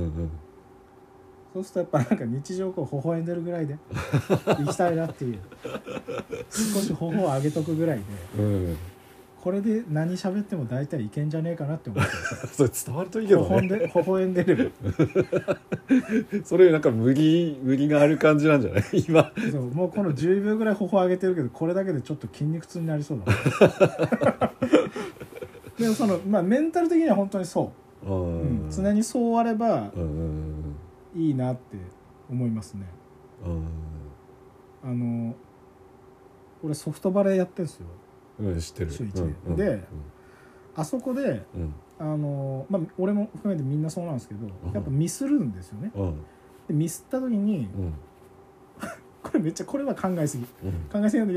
そうするとやっぱなんか日常こう微笑んでるぐらいで行きたいなっていう少し頬を上げとくぐらいで、これで何喋っても大体いけんじゃねえかなって思ってそれ伝わるといいけどね、 微笑んでればそれなんか無理がある感じなんじゃない今。 そうもうこの10秒ぐらい頬上げてるけど、これだけでちょっと筋肉痛になりそうだでもそのメンタル的には本当にそう、常にそうあればいいなって思いますね。俺ソフトバレーやってるんですよ、 知ってる。 週1年、であそこで、俺も含めてみんなそうなんですけど、やっぱミスるんですよね、でミスった時に、これは考えすぎなんだけど、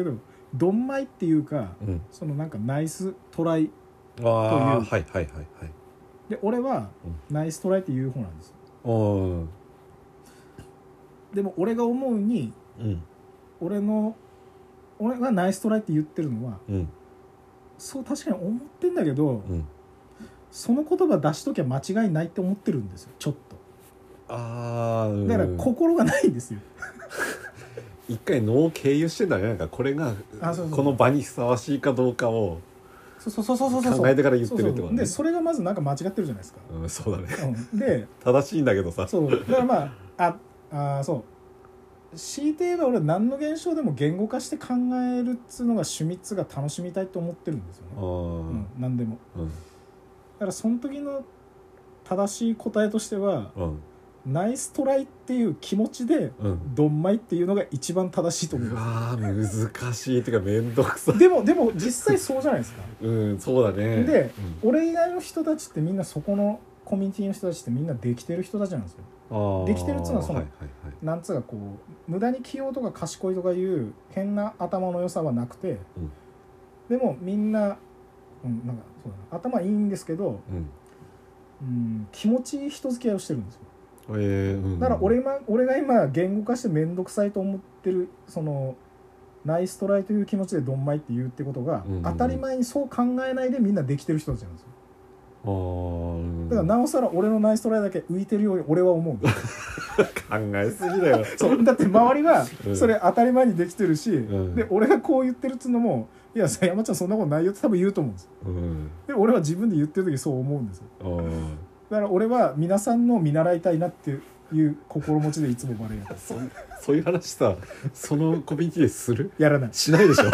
ドンマイっていうか、 うん、 そのなんかナイストライああはいはいはいはい。 で俺はナイストライっていう方なんですよ。 うんでも俺が思うに、 うん、 俺がナイストライって言ってるのは、 うん、 そう確かに思ってんだけど、 うん、 その言葉出しときゃ間違いないって思ってるんですよちょっと。 ああ、 だから心がないんですよ一回脳を経由してんだね。なんかこれがこの場にふさわしいかどうかを考えてから言ってるってことね。 でそれがまずなんか間違ってるじゃないですか。 うん、そうだね、 うん、で正しいんだけどさ。 そうだからまあそう強いて言えば俺は何の現象でも言語化して考えるっつうのがシュミッツが楽しみたいと思ってるんですよね。うん、何でも、うん、だからその時の正しい答えとしては、うん、ナイストライっていう気持ちで、うん、ドンマイっていうのが一番正しいと思う。 うわ難しいっていうかめんどくさい。 でも実際そうじゃないですかうんそうだね。 で、うん、俺以外の人たちってみんなそこのコミュニティの人たちってみんなできてる人たちなんですよ。できてるっつうのはその、はいはいはい、なんつうかこう無駄に器用とか賢いとかいう変な頭の良さはなくて、うん、でもみんな、なんかそうだな、頭いいんですけど、気持ちいい人付き合いをしてるんですよ。だから俺が今言語化して面倒くさいと思ってるそのナイストライという気持ちでドンマイって言うってことが、当たり前にそう考えないでみんなできてる人たちなんですよ。だからなおさら俺のナイストライだけ浮いてるように俺は思う考えすぎだよそうだって周りはそれ当たり前にできてるし、で俺がこう言ってるっつうのもいや山ちゃんそんなことないよって多分言うと思うんですよ、で俺は自分で言ってる時そう思うんですよ。だから俺は皆さんの見習いたいなっていう心持ちでいつもバレエやってそういう話さそのコミュニティでする？ やらない。 しないでしょ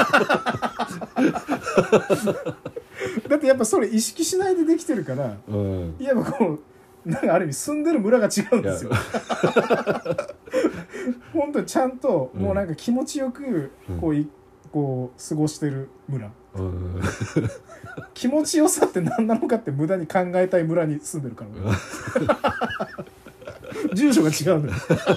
だってやっぱそれ意識しないでできてるから、いやこうなんかある意味住んでる村が違うんですよ本当にちゃんともうなんか気持ちよくこう過ごしてる村、気持ちよさって何なのかって無駄に考えたい村に住んでるから住所が違うんだよ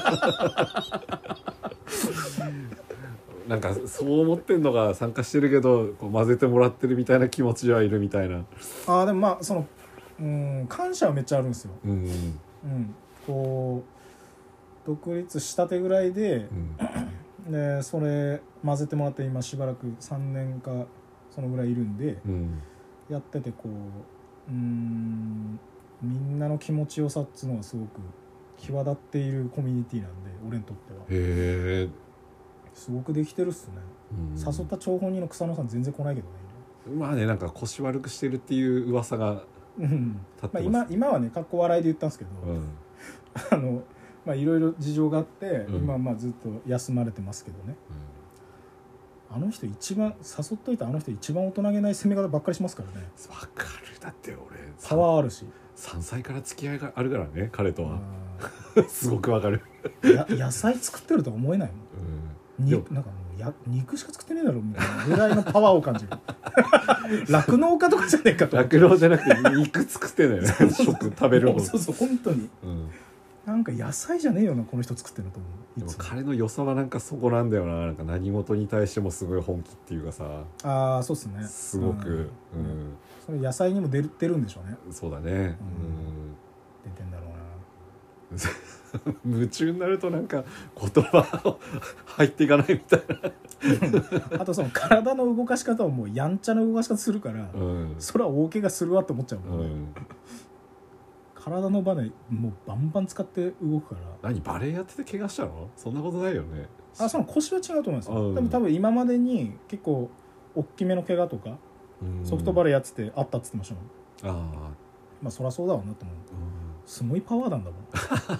なんかそう思ってんのが参加してるけどこう混ぜてもらってるみたいな気持ちはいるみたいな。 でもまあその感謝はめっちゃあるんですよ、こう独立したてぐらいで、でそれ混ぜてもらって今しばらく3年かそのぐらいいるんで、やっててこうみんなの気持ちよさっつうのがすごく際立っているコミュニティなんで俺にとっては。 へーすごくできてるっすね、誘った張本人の草野さん全然来ないけどね。 まあねなんか腰悪くしてるっていう噂が立ってます、 今はねかっこ笑いで言ったんですけど、いろいろ事情があって、今まあずっと休まれてますけどね、あの人一番誘っといたあの人一番大人げない攻め方ばっかりしますからね。 わかる。だって俺パワーあるし 3歳から付き合いがあるからね彼とはすごくわかる野菜作ってるとは思えないもん、なんかもう肉しか作ってねえだろみたいなぐらいのパワーを感じる酪農家とかじゃねえかと。 酪農じゃなくて肉作ってんだよね食べる方そう本当に、なんか野菜じゃねえよなこの人作ってるのと思う。 でも彼の良さはなんかそこなんだよな。なんか何事に対してもすごい本気っていうかさ。 そうっすね。 すごく、 その野菜にも出るんでしょうね。 そうだね、 出てんだろうな夢中になるとなんか言葉入っていかないみたいなあとその体の動かし方はもうやんちゃな動かし方するから、それは大怪我するわって思っちゃうもんね、体のバネもうバンバン使って動くから。 何バレエやってて怪我したの？そんなことないよね。 その腰は違うと思いますよ、でも多分今までに結構大きめの怪我とか、ソフトバレーやっててあったっつってましたもん。まあそりゃそうだわなと思う、すごいパワーなんだもん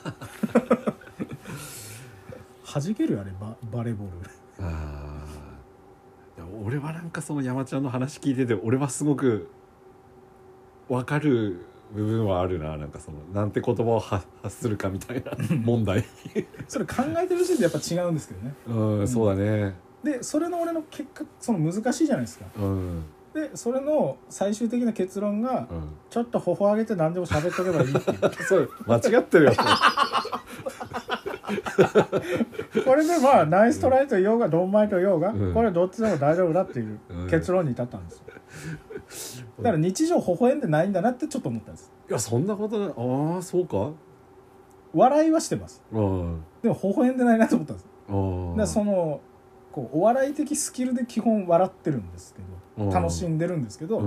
弾けるあれバレーボール俺はなんかその山ちゃんの話聞いてて俺はすごく分かる部分はあるな。なんかそのなんて言葉を発するかみたいな問題それ考えてる時点でやっぱ違うんですけどね。 そうだね。 でそれの俺の結果その難しいじゃないですか、でそれの最終的な結論が、ちょっと頬上げて何でも喋っとけばいいっていうそれ間違ってるよこれでまあナイストライと言おうがドンマイと言おうが、 うん、 これどっちでも大丈夫だっていう結論に至ったんですよ。だから日常微笑んでないんだなってちょっと思ったんです。 いやそんなことない。ああそうか。 笑いはしてます。 うん、 でも微笑んでないなと思ったんです。 あー、 だからそのこうお笑い的スキルで基本笑ってるんですけど、楽しんでるんですけど、 うんうんうん、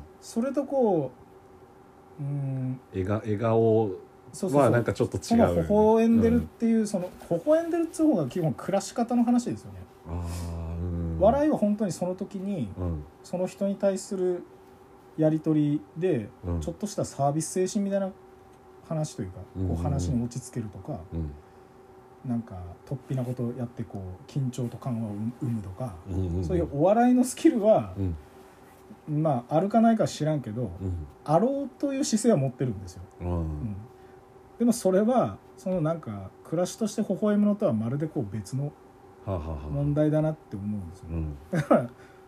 それとこう笑顔はなんかちょっと違う、ね、 その微笑んでるっていう、その微笑んでるっていう方が基本暮らし方の話ですよね。笑いは本当にその時に、その人に対するやり取りで、ちょっとしたサービス精神みたいな話というか、こう話に落ち着けるとか、なんか突飛なことをやってこう緊張と緩和を生むとか、そういうお笑いのスキルは、まああるかないか知らんけど、あろうという姿勢は持ってるんですよ。でもそれはそのなんか暮らしとして微笑むのとはまるでこう別の問題だなって思うんですよ、だから、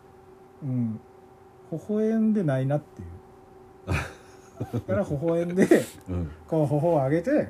微笑んでないなっていうだから微笑んで、こう頬を上げて、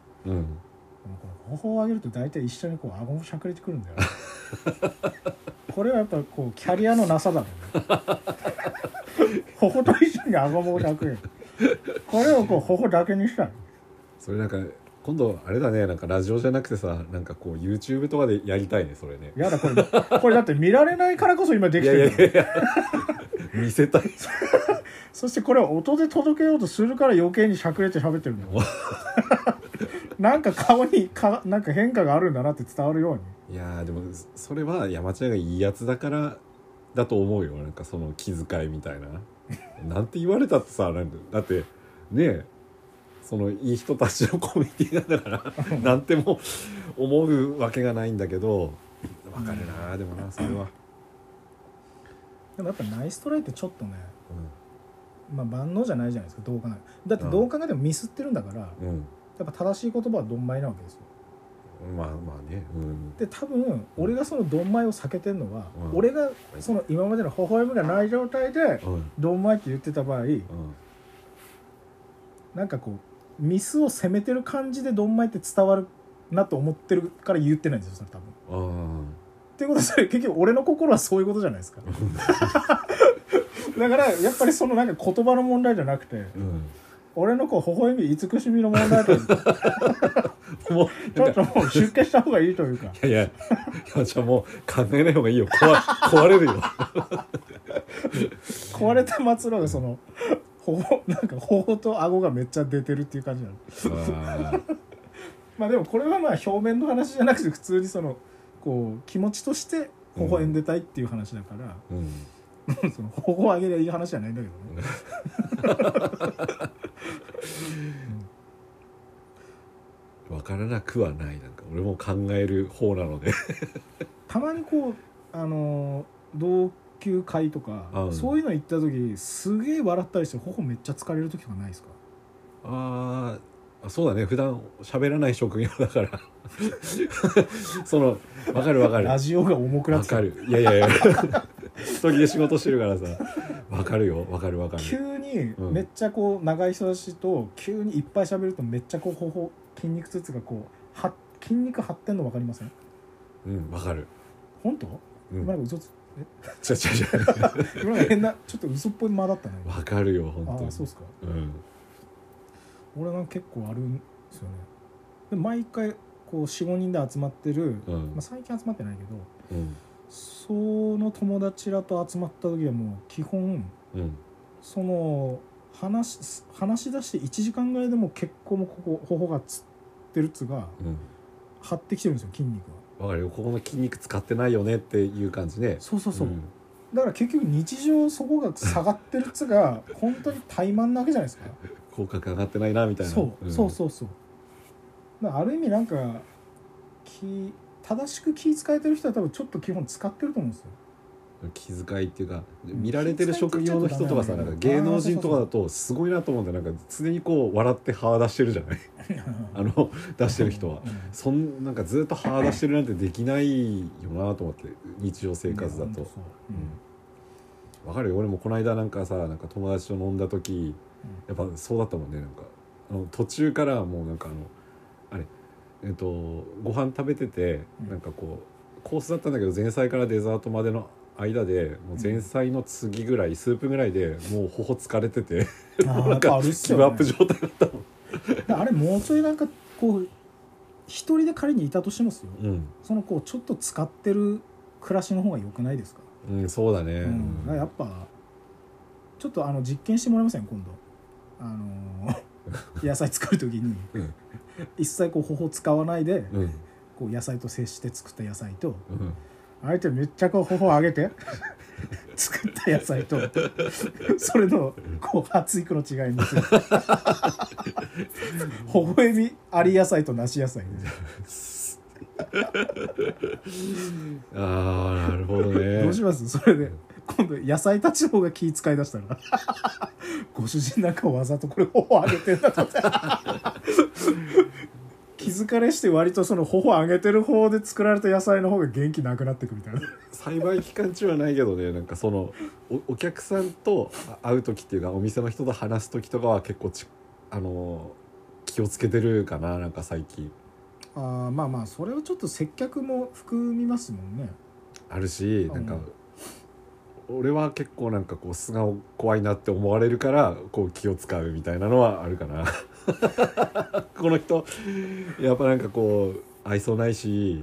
頬を上げると大体一緒にこう顎もしゃくれてくるんだよこれはやっぱこうキャリアのなさだろうね頬と一緒に顎もしゃくれる、これをこう頬だけにしたい。それなんか今度あれだね、なんかラジオじゃなくてさ、なんかこう YouTube とかでやりたいね、それね。 やだこれだって見られないからこそ今できてる。 いや見せたいそしてこれを音で届けようとするから余計にしゃくれて喋ってるんだよなんか顔になんか変化があるんだなって伝わるように。いやでもそれは山ちゃんがいいやつだからだと思うよ。なんかその気遣いみたいななんて言われたってさ、なんかだってねえ、そのいい人たちのコミュニティなんだからなんても思うわけがないんだけど、わかるな、でもなそれは。 でもやっぱナイストライってちょっとね、まあ万能じゃないじゃないですか、どう考えだってどう考えてもミスってるんだから、やっぱ正しい言葉はドンマイなわけですよ。 まあね、 で多分俺がそのドンマイを避けてるのは、俺がその今までの微笑みがない状態でドンマイって言ってた場合、なんかこうミスを責めてる感じでドンマイって伝わるなと思ってるから言ってないんですよ、それ多分。っていうことはそれ結局俺の心はそういうことじゃないですかだからやっぱりそのなんか言葉の問題じゃなくて、俺のこう微笑み慈しみの問題というかもうちょっともう出家した方がいいというか、 いやじゃあもう考えない方がいいよ、壊れるよ壊れた末路がそのなんか頬と顎がめっちゃ出てるっていう感じなのまあでもこれはまあ表面の話じゃなくて普通にそのこう気持ちとして微笑んでたいっていう話だから、その頬を上げりゃいい話じゃないんだけどね分からなくはない。なんか俺も考える方なのでたまにこう同級会とか、そういうの行った時すげえ笑ったりして頬めっちゃ疲れる時とかないですか？ そうだね、普段喋らない職業だからその分かるラジオが重くなって分かる。いや一人で仕事してるからさ、分かるよ、分かる急にめっちゃこう長い人たちと急にいっぱい喋るとめっちゃこう頬筋肉痛がこう筋肉張ってんの分かりません？ 分かる。 本当？今なんか嘘つ違う今変なちょっと嘘っぽい間だったね。 分かるよ本当に。 そうっすか。俺なんか結構あるんですよね。で毎回こう 4,5 人で集まってる、最近集まってないけど、その友達らと集まった時はもう基本、その話し出して1時間ぐらいでも結構もうここ頬がつってるつが、張ってきてるんですよ、筋肉が。 わかるよ、ここの筋肉使ってないよねっていう感じね。 そう、だから結局日常そこが下がってるつが本当に怠慢なわけじゃないですか口角上がってないなみたいな。そうだからある意味なんか正しく気遣えてる人は多分ちょっと基本使ってると思うんですよ。 気遣いっていうか、見られてる職業の人とかさ、なんか芸能人とかだとすごいなと思うんだよ。なんか常にこう笑って歯出してるじゃない出してる人はなんかずっと歯出してるなんてできないよなと思って、日常生活だと。わかるよ。俺もこの間なんかさ、なんか友達と飲んだ時、やっぱそうだったもんね。なんか途中からもうなんかご飯食べててなんかこうコースだったんだけど前菜からデザートまでの間でもう前菜の次ぐらい数分ぐらいでもう頬疲れててなんかギブアップ状態だったもん。 あれもうちょいなんかこう一人で仮にいたとしてもですよ、そのこうちょっと使ってる暮らしの方が良くないですか。 そうだね、 やっぱちょっと実験してもらえません今度野菜作る時に、一切こう頬使わないで、こう野菜と接して作った野菜と、相手めっちゃこう頬上げて作った野菜とそれのこう発育の違いについて微笑みあり野菜となし野菜ああなるほどね。 どうしますそれで今度野菜たちの方が気使いだしたらご主人なんかわざとこれ頬上げてんだと気づかれして割とその頬上げてる方で作られた野菜の方が元気なくなってくみたいな。 栽培期間中はないけどね、なんかその お客さんと会う時っていうかお店の人と話す時とかは結構気をつけてるかな、なんか最近。 まあまあそれはちょっと接客も含みますもんね。 あるし、なんか俺は結構なんかこう素顔怖いなって思われるからこう気を使うみたいなのはあるかなこの人やっぱなんかこう愛想ないし、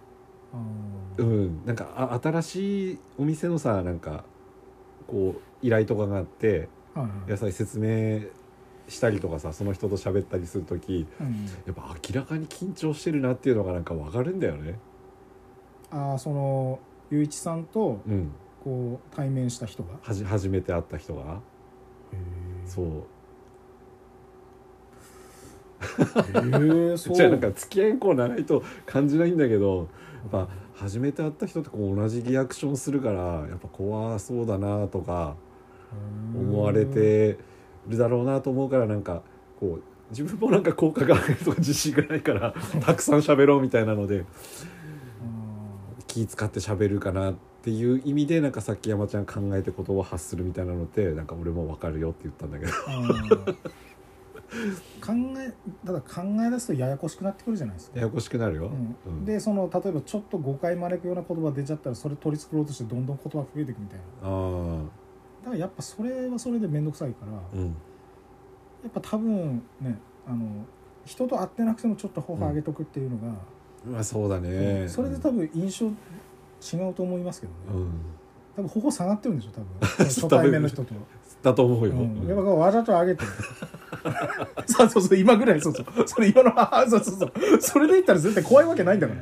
なんか新しいお店のさなんかこう依頼とかがあって、野菜説明したりとかさ、その人と喋ったりするとき、やっぱ明らかに緊張してるなっていうのがなんか分かるんだよね。 その雄一さんと、こう対面した人が初めて会った人がそうじゃあなんか付き合いこう長いと感じないんだけど、やっぱ初めて会った人ってこう同じリアクションするからやっぱ怖そうだなとか思われてるだろうなと思うから、なんかこう自分もなんか効果が上げるとか自信がないからたくさん喋ろうみたいなので気使って喋るかなっていう意味で、なんかさっき山ちゃん考えて言葉を発するみたいなのってなんか俺も分かるよって言ったんだけどただ考え出すとややこしくなってくるじゃないですか。 ややこしくなるよ、 でその例えばちょっと誤解招くような言葉出ちゃったらそれ取り繕ろうとしてどんどん言葉増えていくみたいな。だからやっぱそれはそれで面倒くさいから、やっぱ多分ね人と会ってなくてもちょっと頬上げとくっていうのが、 まあそうだね、 それで多分印象違うと思思いますけどね、多分頬下がってるんでしょ多分初対面の人とだと思うよ、 やっぱわざと上げてそう今ぐらいそれ今のそれで言ったら絶対怖いわけないんだから、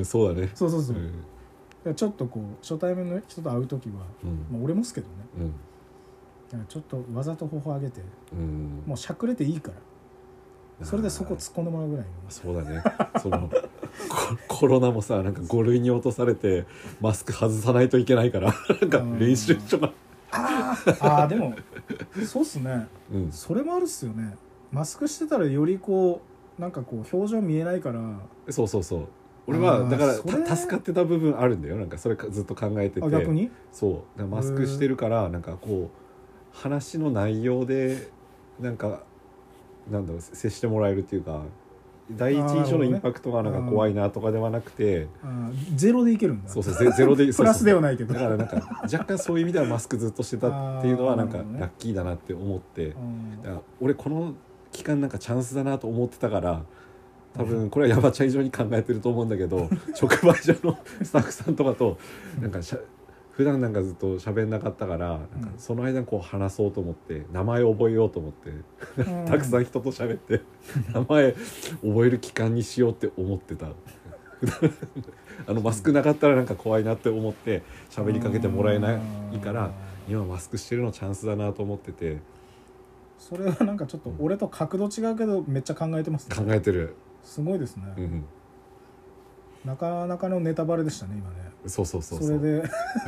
そうだね、 そう、ちょっとこう初対面の人と会う時は、俺もっすけどね、ちょっとわざと頬上げて、もうしゃくれていいからそれでそこ突っ込んでもらうぐらいの。 そうだねそのコロナもさなんか5類に落とされてマスク外さないといけないからなんか練習所がでもそうっすね、それもあるっすよね。マスクしてたらよりこうなんかこう表情見えないから。 そう俺はだから助かってた部分あるんだよ。なんかそれずっと考えてて、 逆にそうだからマスクしてるからなんかこう話の内容でなんだろう接してもらえるっていうか、第一印象のインパクトがなんか怖いなとかではなくて、 ゼロでいけるんだ。 そうゼロでプラスではないけど、 だからなんか若干そういう意味ではマスクずっとしてたっていうのはなんかラッキーだなって思って、だから俺この期間なんかチャンスだなと思ってたから、多分これはヤバちゃん以上に考えてると思うんだけど直売所のスタッフさんとかとなんか普段なんかずっと喋んなかったから、なんかその間にこう話そうと思って名前覚えようと思ってたくさん人と喋って名前覚える期間にしようって思ってたマスクなかったらなんか怖いなって思って喋りかけてもらえないから、今マスクしてるのチャンスだなと思ってて、 それはなんかちょっと俺と角度違うけどめっちゃ考えてますね。 考えてる。 すごいですね、なかなかのネタバレでしたね今ね。 そうそれで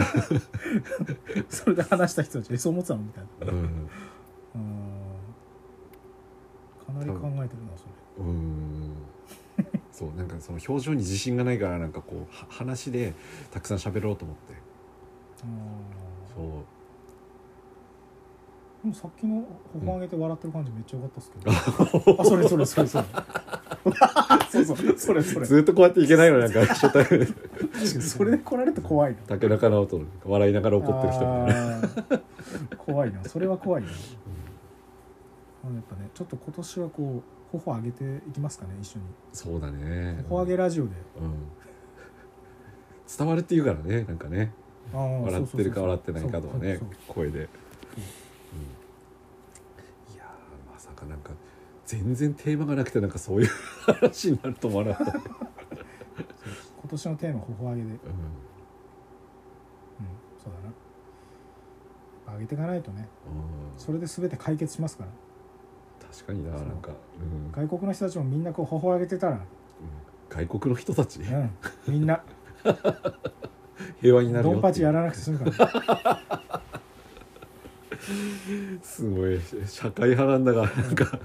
それで話した人たちそう思ってたのみたいな、かなり考えてるなそれ。 そうなんかその表情に自信がないからなんかこう話でたくさん喋ろうと思って。そうでもさっきの頬上げて笑ってる感じめっちゃ良かったっすけどそれそうそうそれずっとこうやっていけないのなんか初対面それで来られると怖いな。 竹中直人の笑いながら怒ってる人みたいな怖いな、それは怖いな。やっぱねちょっと今年はこう頬上げていきますかね、一緒に。 そうだね、 頬上げラジオで、 伝わるっていうからね、なんかね、笑ってるか笑ってないかとかね、声で、いやまさかなんか全然テーマがなくてなんかそういう話になると思わなかった今年のテーマ頬上げで、そうだな、上げていかないとね、それで全て解決しますから。 確かにな、なんか、 外国の人たちもみんなこう頬上げてたら、 外国の人たち、 みんな平和になるよドンパチやらなくて済むからすごい社会派なんだからなんか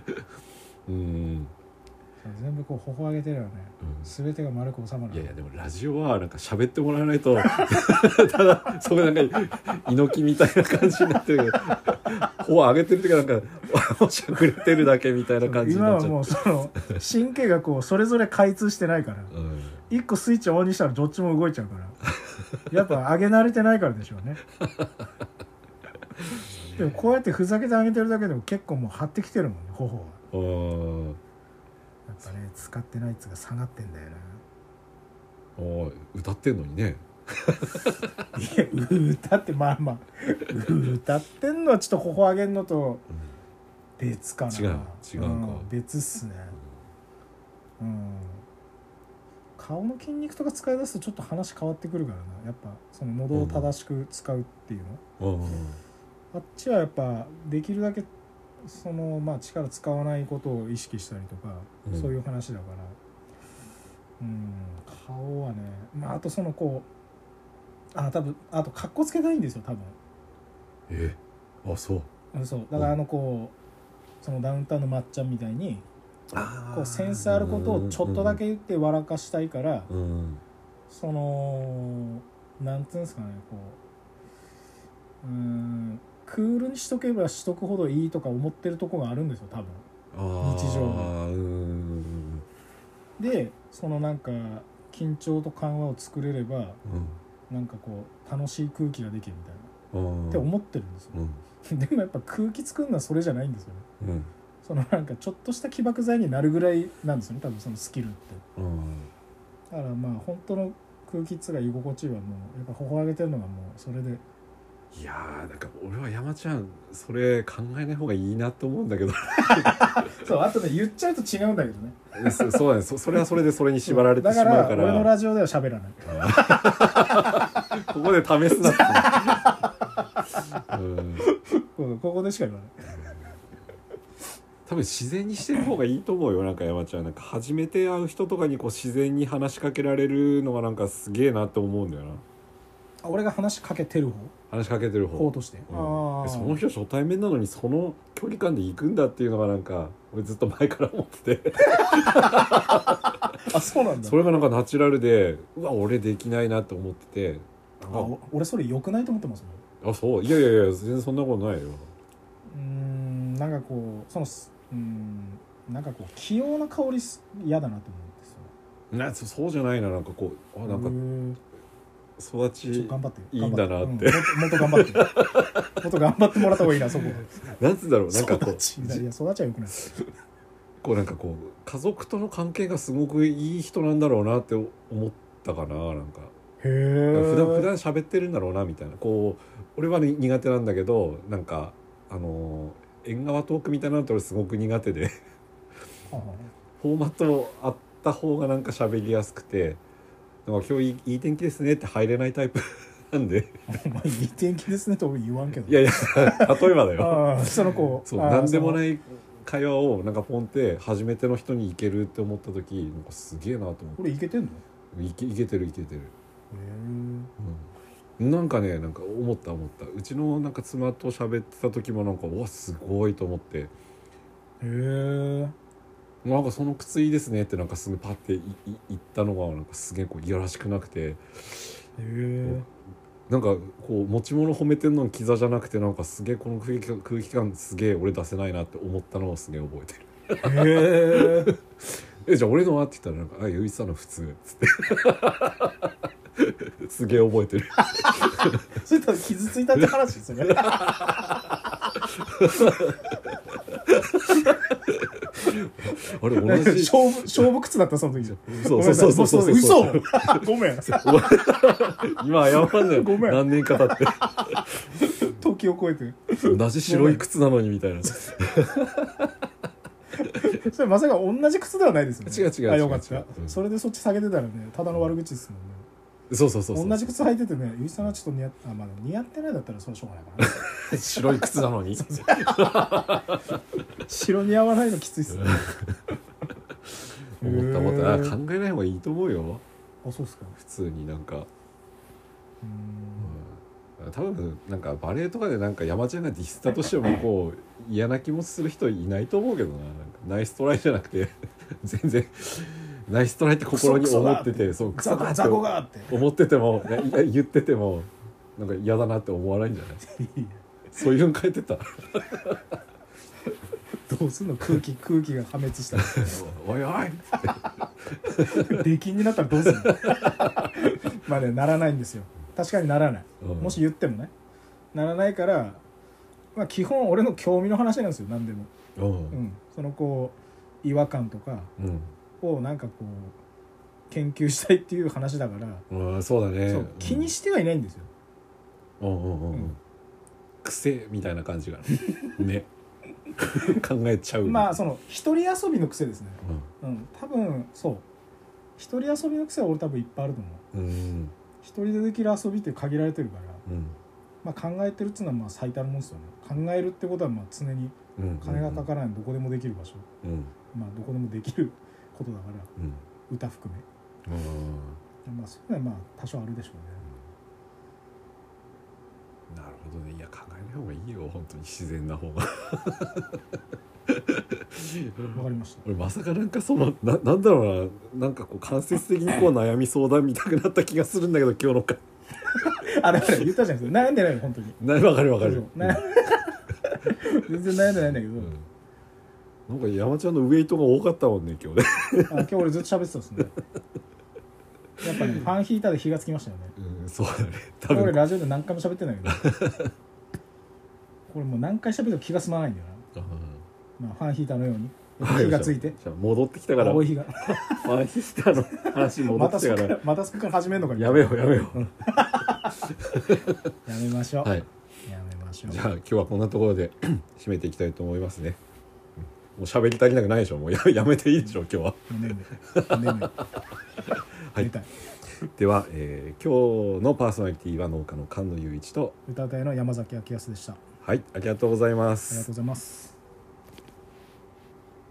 全部こう頬上げてればね、全てが丸く収まる。 いやいやでもラジオはなんか喋ってもらわないとただそこなんか猪木みたいな感じになってるけど頬上げてる時はなんかしゃくれてるだけみたいな感じになっちゃって、 今はもうその神経がこうそれぞれ開通してないから、一個スイッチオンにしたらどっちも動いちゃうからやっぱ上げ慣れてないからでしょうねでもこうやってふざけて上げてるだけでも結構もう張ってきてるもんね、頬は。やっぱね使ってないやつが下がってんだよな。 歌ってんのにねいや歌ってまあ歌ってんのはちょっと頬上げんのと別かな。 違うか、 別っすね。顔の筋肉とか使い出すとちょっと話変わってくるからな。やっぱその喉を正しく使うっていうの、あっちはやっぱできるだけその力使わないことを意識したりとか、そういう話だから、顔はね、あとそのこう多分あとカッコつけたいんですよ多分。 そうだからこうそのダウンタウンのまっちゃんみたいにこうセンスあることをちょっとだけ言って笑かしたいから、そのなんていうんですかね、こうクールにしとけばしとくほどいいとか思ってるとこがあるんですよ多分、日常で。そのなんか緊張と緩和を作れれば、なんかこう楽しい空気ができるみたいなって思ってるんですよ、でもやっぱ空気作るのはそれじゃないんですよね、そのなんかちょっとした起爆剤になるぐらいなんですよね多分そのスキルって、だから本当の空気っつうが居心地はもうやっぱ頬上げてるのがもうそれで。 いやーなんか俺は山ちゃんそれ考えない方がいいなと思うんだけどそうあとね言っちゃうと違うんだけどねそうだね、それはそれでそれに縛られてしまうから、 だから俺のラジオでは喋らないここで試すなってここでしか言わない多分自然にしてる方がいいと思うよ。なんか山ちゃんなんか初めて会う人とかにこう自然に話しかけられるのがなんかすげえなって思うんだよな。 俺が話しかけてる方、 話しかけてる方として、 その人初対面なのにその距離感で行くんだっていうのがなんか俺ずっと前から思っててそうなんだ。 それがなんかナチュラルで俺できないなって思ってて、 俺それ良くないと思ってますもん。そういや全然そんなことないよ。 なんかこうなんかこう器用な香り嫌だなと思うんですよ。 そうじゃないな、なんかこうなんか育ち頑張っていいんだなって、 もっと頑張ってもっと頑張ってもらった方がいいなそこ。 なんつうんだろう、なんかこう育ちはよくないこうなんかこう家族との関係がすごくいい人なんだろうなって思ったかな。なんかへえ。 普段喋ってるんだろうなみたいな。こう俺は、ね、苦手なんだけどなんか縁側トークみたいなのって俺すごく苦手でフォーマットあった方がなんか喋りやすくて、なんか今日いい天気ですねって入れないタイプなんでいい天気ですねと言わんけど。 いや例えばだよその子そう何でもない会話をなんかポンって初めての人にいけるって思った時なんかすげえなと思って。 これいけてんの？ いけてる。なんかねなんか思ったうちのなんか妻と喋ってた時もなんかすごいと思って、なんかその靴いいですねってなんかすぐパッて言ったのがなんかすげえこういやらしくなくて、なんかこう持ち物褒めてんのにキザじゃなくてなんかすげえこの空気感すげえ俺出せないなって思ったのをすげえ覚えてるじゃあ俺のはって言ったらなんか「あゆういちさんの普通」っつってすげえ覚えてるそれと傷ついたって話ですよねあれ同じ勝負靴だったその時じゃそう嘘ごめん今謝んないごめん何年か経って時を超えて同じ白い靴なのにみたいなそれまさか同じ靴ではないですよね。 違うあ、よかった。それでそっち下げてたらね、ただの悪口ですもんね。 そう同じ靴履いててね、ゆういちさんはちょっと似合ってないだったらそれはしょうがないかな白い靴なのに白似合わないのきついっすね思った考えない方がいいと思うよ。 あ、そうっすか。 普通になんか多分なんかバレエとかでなんか山ちゃんがディスったとしてもこう嫌な気持ちする人いないと思うけどな。なんかナイストライじゃなくて全然ナイストライって心に思ってて、そうクソだって思ってても言っててもなんか嫌だなって思わないんじゃないそういうの書いてたどうすんの空気が破滅したらおいおい出禁になったらどうすんのまあね、ならないんですよ。確かにならない、もし言ってもねならないから、まあ、基本俺の興味の話なんですよ。何でも、そのこう違和感とかをなんかこう研究したいっていう話だから、 そうだね、 そう気にしてはいないんですよ。 癖みたいな感じがね考えちゃう。 まあその一人遊びの癖ですね。多分そう一人遊びの癖は俺多分いっぱいあると思う。一人でできる遊びって限られてるから、まあ、考えてるっていうのはまあ最たるもんですよね。考えるってことはまあ常に金がかからないどこでもできる場所、まあどこでもできることだから、歌含め、まあそういうのはまあ多少あるでしょうね。なるほどね。いや考えない方がいいよ本当に自然な方がわかりました。 俺まさかなんかそのなんだろうな、なんかこう間接的にこう悩み相談みたくなった気がするんだけど今日の回あれ言ったじゃないですか。悩んでないよ本当に。 わかる全然悩んでないんだけど、 なんか山ちゃんのウエイトが多かったもんね今日ね今日俺ずっと喋ってたんですねやっぱねファンヒーターで火がつきましたよね。 そうだね。多分俺ラジオで何回も喋ってんだけどこれもう何回喋っても気が済まないんだよな。まあ、ファンヒーターのように火がついてじゃあ戻ってきたから青い火がファンヒーターの話戻ってきたからまたそこから始めるのかやめようやめましょう、 はい、 やめましょう。 じゃあ今日はこんなところで締めていきたいと思いますね。もう喋り足りなくないでしょ。もうやめていいでしょ今日は。 眠いはい、では、今日のパーソナリティは農家の菅野雄一と歌うたいの山崎明康でした。 はい、ありがとうございます。 ありがとうございます。